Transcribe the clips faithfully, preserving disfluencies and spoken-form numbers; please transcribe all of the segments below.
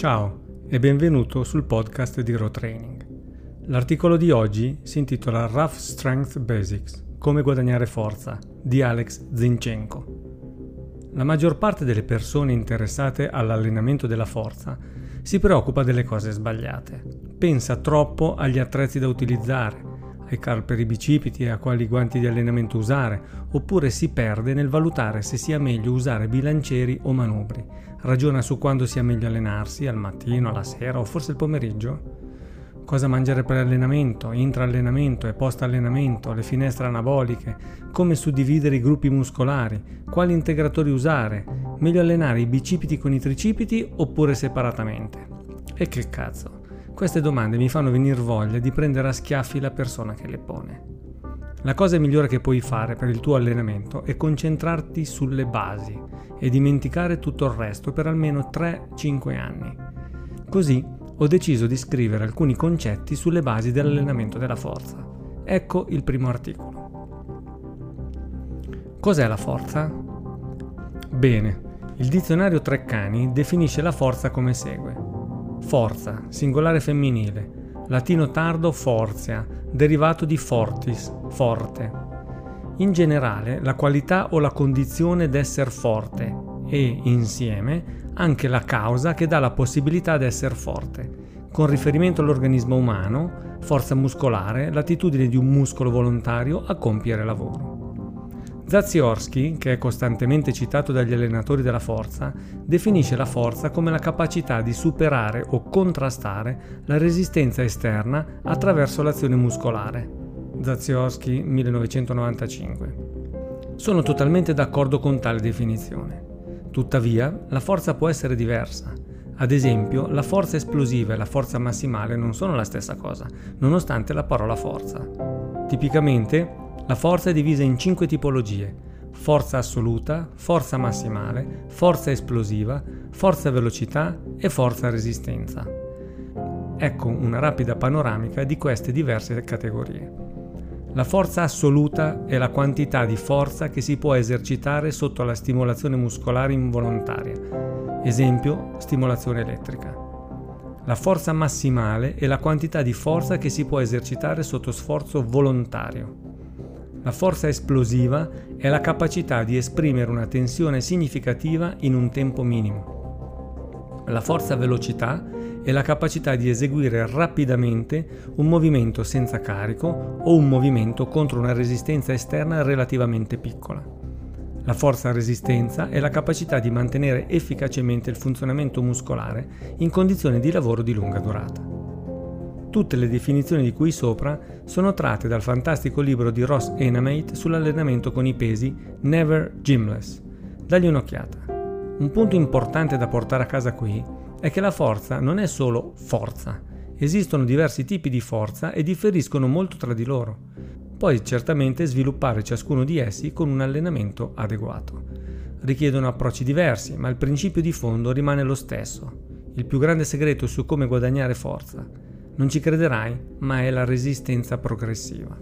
Ciao e benvenuto sul podcast di Raw Training. L'articolo di oggi si intitola Rough Strength Basics, come guadagnare forza, di Alex Zinchenko. La maggior parte delle persone interessate all'allenamento della forza si preoccupa delle cose sbagliate. Pensa troppo agli attrezzi da utilizzare, ai car per i bicipiti e a quali guanti di allenamento usare, oppure si perde nel valutare se sia meglio usare bilancieri o manubri. Ragiona su quando sia meglio allenarsi, al mattino, alla sera o forse il pomeriggio. Cosa mangiare per allenamento, intra-allenamento e post-allenamento, le finestre anaboliche, come suddividere i gruppi muscolari, quali integratori usare, meglio allenare i bicipiti con i tricipiti oppure separatamente. E che cazzo, queste domande mi fanno venire voglia di prendere a schiaffi la persona che le pone. La cosa migliore che puoi fare per il tuo allenamento è concentrarti sulle basi e dimenticare tutto il resto per almeno tre cinque anni. Così ho deciso di scrivere alcuni concetti sulle basi dell'allenamento della forza. Ecco il primo articolo. Cos'è la forza? Bene, il dizionario Treccani definisce la forza come segue. Forza, singolare femminile, latino tardo fortia, derivato di fortis, forte. In generale, la qualità o la condizione d'essere forte e, insieme, anche la causa che dà la possibilità d'essere forte. Con riferimento all'organismo umano, forza muscolare, l'attitudine di un muscolo volontario a compiere lavoro. Zaziorsky, che è costantemente citato dagli allenatori della forza, definisce la forza come la capacità di superare o contrastare la resistenza esterna attraverso l'azione muscolare. Zaziorsky, millenovecentonovantacinque. Sono totalmente d'accordo con tale definizione. Tuttavia, la forza può essere diversa. Ad esempio, la forza esplosiva e la forza massimale non sono la stessa cosa, nonostante la parola forza. Tipicamente, la forza è divisa in cinque tipologie: forza assoluta, forza massimale, forza esplosiva, forza velocità e forza resistenza. Ecco una rapida panoramica di queste diverse categorie. La forza assoluta è la quantità di forza che si può esercitare sotto la stimolazione muscolare involontaria, esempio stimolazione elettrica. La forza massimale è la quantità di forza che si può esercitare sotto sforzo volontario. La forza esplosiva è la capacità di esprimere una tensione significativa in un tempo minimo. La forza velocità è la capacità di eseguire rapidamente un movimento senza carico o un movimento contro una resistenza esterna relativamente piccola. La forza resistenza è la capacità di mantenere efficacemente il funzionamento muscolare in condizioni di lavoro di lunga durata. Tutte le definizioni di cui sopra sono tratte dal fantastico libro di Ross Enamait sull'allenamento con i pesi Never Gymless. Dagli un'occhiata. Un punto importante da portare a casa qui è che la forza non è solo forza. Esistono diversi tipi di forza e differiscono molto tra di loro. Puoi certamente sviluppare ciascuno di essi con un allenamento adeguato. Richiedono approcci diversi, ma il principio di fondo rimane lo stesso. Il più grande segreto su come guadagnare forza. Non ci crederai, ma è la resistenza progressiva.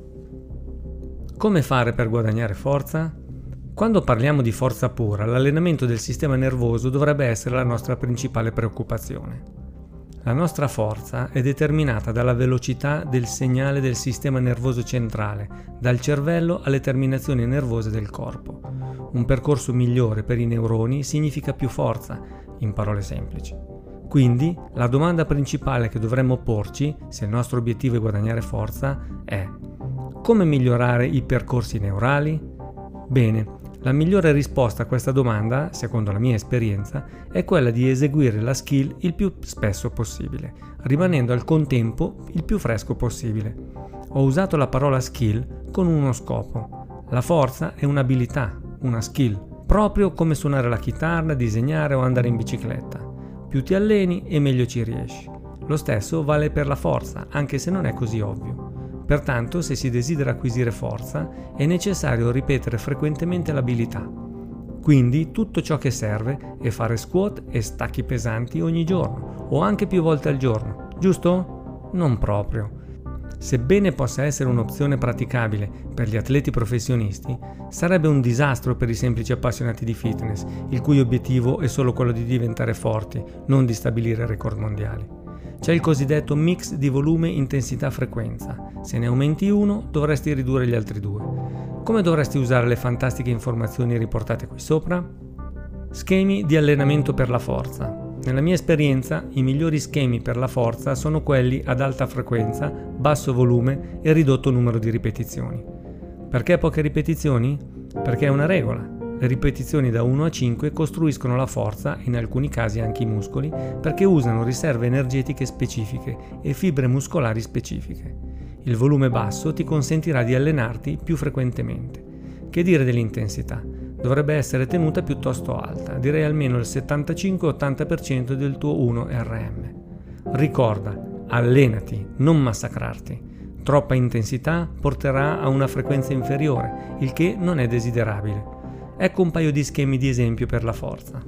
Come fare per guadagnare forza? Quando parliamo di forza pura, l'allenamento del sistema nervoso dovrebbe essere la nostra principale preoccupazione. La nostra forza è determinata dalla velocità del segnale del sistema nervoso centrale, dal cervello alle terminazioni nervose del corpo. Un percorso migliore per i neuroni significa più forza, in parole semplici. Quindi, la domanda principale che dovremmo porci, se il nostro obiettivo è guadagnare forza, è: come migliorare i percorsi neurali? Bene, la migliore risposta a questa domanda, secondo la mia esperienza, è quella di eseguire la skill il più spesso possibile, rimanendo al contempo il più fresco possibile. Ho usato la parola skill con uno scopo. La forza è un'abilità, una skill, proprio come suonare la chitarra, disegnare o andare in bicicletta. Più ti alleni e meglio ci riesci. Lo stesso vale per la forza, anche se non è così ovvio. Pertanto, se si desidera acquisire forza, è necessario ripetere frequentemente l'abilità. Quindi, tutto ciò che serve è fare squat e stacchi pesanti ogni giorno, o anche più volte al giorno, giusto? Non proprio. sebbene possa essere un'opzione praticabile per gli atleti professionisti, sarebbe un disastro per i semplici appassionati di fitness, il cui obiettivo è solo quello di diventare forti, non di stabilire record mondiali. C'è il cosiddetto mix di volume, intensità, frequenza. Se ne aumenti uno, dovresti ridurre gli altri due. Come dovresti usare le fantastiche informazioni riportate qui sopra? Schemi di allenamento per la forza. Nella mia esperienza, i migliori schemi per la forza sono quelli ad alta frequenza, basso volume e ridotto numero di ripetizioni. Perché poche ripetizioni? Perché è una regola. Le ripetizioni da uno a cinque costruiscono la forza, in alcuni casi anche i muscoli, perché usano riserve energetiche specifiche e fibre muscolari specifiche. Il volume basso ti consentirà di allenarti più frequentemente. Che dire dell'intensità? Dovrebbe essere tenuta piuttosto alta, direi almeno il settantacinque ottanta per cento del tuo uno erre emme. Ricorda, allenati, non massacrarti. Troppa intensità porterà a una frequenza inferiore, il che non è desiderabile. Ecco un paio di schemi di esempio per la forza.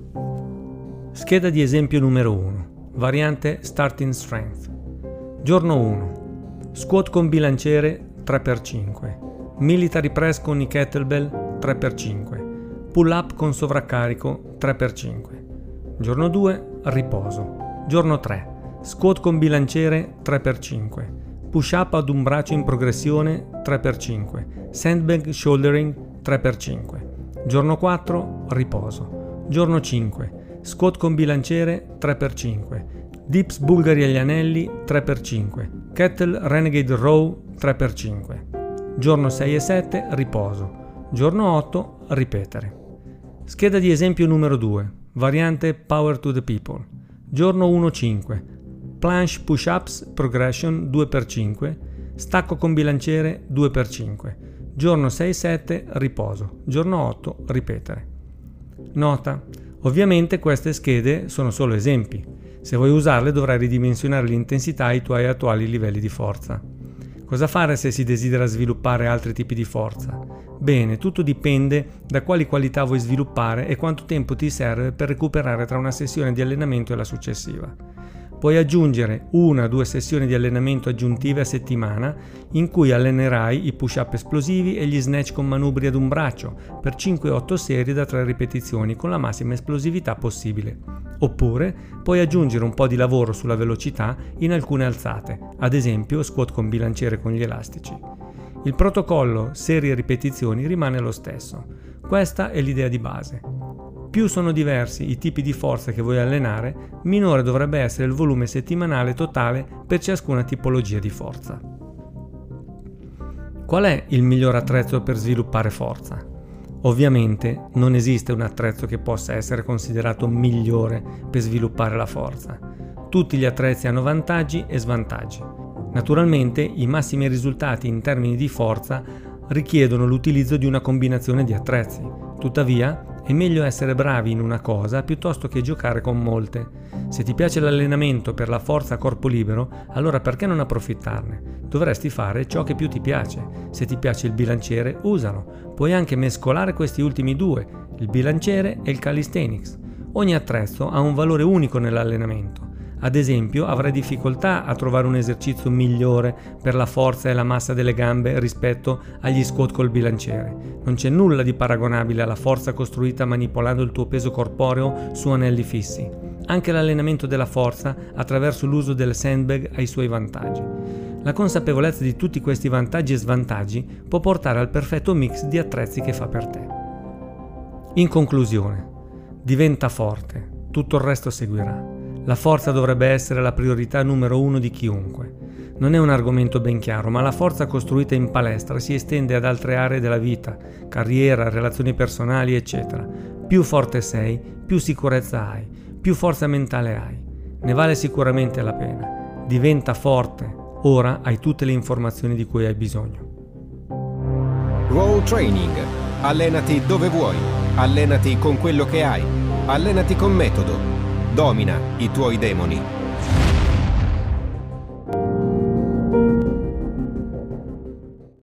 Scheda di esempio numero uno, variante Starting Strength. Giorno uno. Squat con bilanciere tre per cinque. Military press con i kettlebell tre per cinque. Pull up con sovraccarico tre per cinque. Giorno due, riposo. Giorno tre, squat con bilanciere tre per cinque. Push up ad un braccio in progressione tre per cinque. Sandbag shouldering tre per cinque. Giorno quattro, riposo. Giorno cinque, squat con bilanciere tre per cinque. Dips bulgari agli anelli tre per cinque. Kettle renegade row tre per cinque. Giorno sei e sette, riposo. Giorno otto, ripetere. Scheda di esempio numero due, variante Power to the People. Giorno uno cinque, planche push-ups progression due per cinque, stacco con bilanciere due per cinque. Giorno sei sette, riposo. Giorno otto, ripetere. Nota: ovviamente queste schede sono solo esempi. Se vuoi usarle dovrai ridimensionare l'intensità ai tuoi attuali livelli di forza. Cosa fare se si desidera sviluppare altri tipi di forza? Bene, tutto dipende da quali qualità vuoi sviluppare e quanto tempo ti serve per recuperare tra una sessione di allenamento e la successiva. Puoi aggiungere una o due sessioni di allenamento aggiuntive a settimana in cui allenerai i push-up esplosivi e gli snatch con manubri ad un braccio per cinque otto serie da tre ripetizioni con la massima esplosività possibile. Oppure puoi aggiungere un po' di lavoro sulla velocità in alcune alzate, ad esempio squat con bilanciere con gli elastici. Il protocollo serie e ripetizioni rimane lo stesso. Questa è l'idea di base. Più sono diversi i tipi di forza che vuoi allenare, minore dovrebbe essere il volume settimanale totale per ciascuna tipologia di forza. Qual è il miglior attrezzo per sviluppare forza? Ovviamente non esiste un attrezzo che possa essere considerato migliore per sviluppare la forza. Tutti gli attrezzi hanno vantaggi e svantaggi. Naturalmente i massimi risultati in termini di forza richiedono l'utilizzo di una combinazione di attrezzi. Tuttavia, è meglio essere bravi in una cosa piuttosto che giocare con molte. Se ti piace l'allenamento per la forza a corpo libero, allora perché non approfittarne? Dovresti fare ciò che più ti piace. Se ti piace il bilanciere, usalo. Puoi anche mescolare questi ultimi due, il bilanciere e il calisthenics. Ogni attrezzo ha un valore unico nell'allenamento. Ad esempio, avrai difficoltà a trovare un esercizio migliore per la forza e la massa delle gambe rispetto agli squat col bilanciere. Non c'è nulla di paragonabile alla forza costruita manipolando il tuo peso corporeo su anelli fissi. Anche l'allenamento della forza attraverso l'uso del sandbag ha i suoi vantaggi. La consapevolezza di tutti questi vantaggi e svantaggi può portare al perfetto mix di attrezzi che fa per te. In conclusione, diventa forte, tutto il resto seguirà. La forza dovrebbe essere la priorità numero uno di chiunque. Non è un argomento ben chiaro, ma la forza costruita in palestra si estende ad altre aree della vita, carriera, relazioni personali, eccetera. Più forte sei, più sicurezza hai, più forza mentale hai. Ne vale sicuramente la pena. Diventa forte. Ora hai tutte le informazioni di cui hai bisogno. Raw Training. Allenati dove vuoi. Allenati con quello che hai. Allenati con metodo. Domina i tuoi demoni.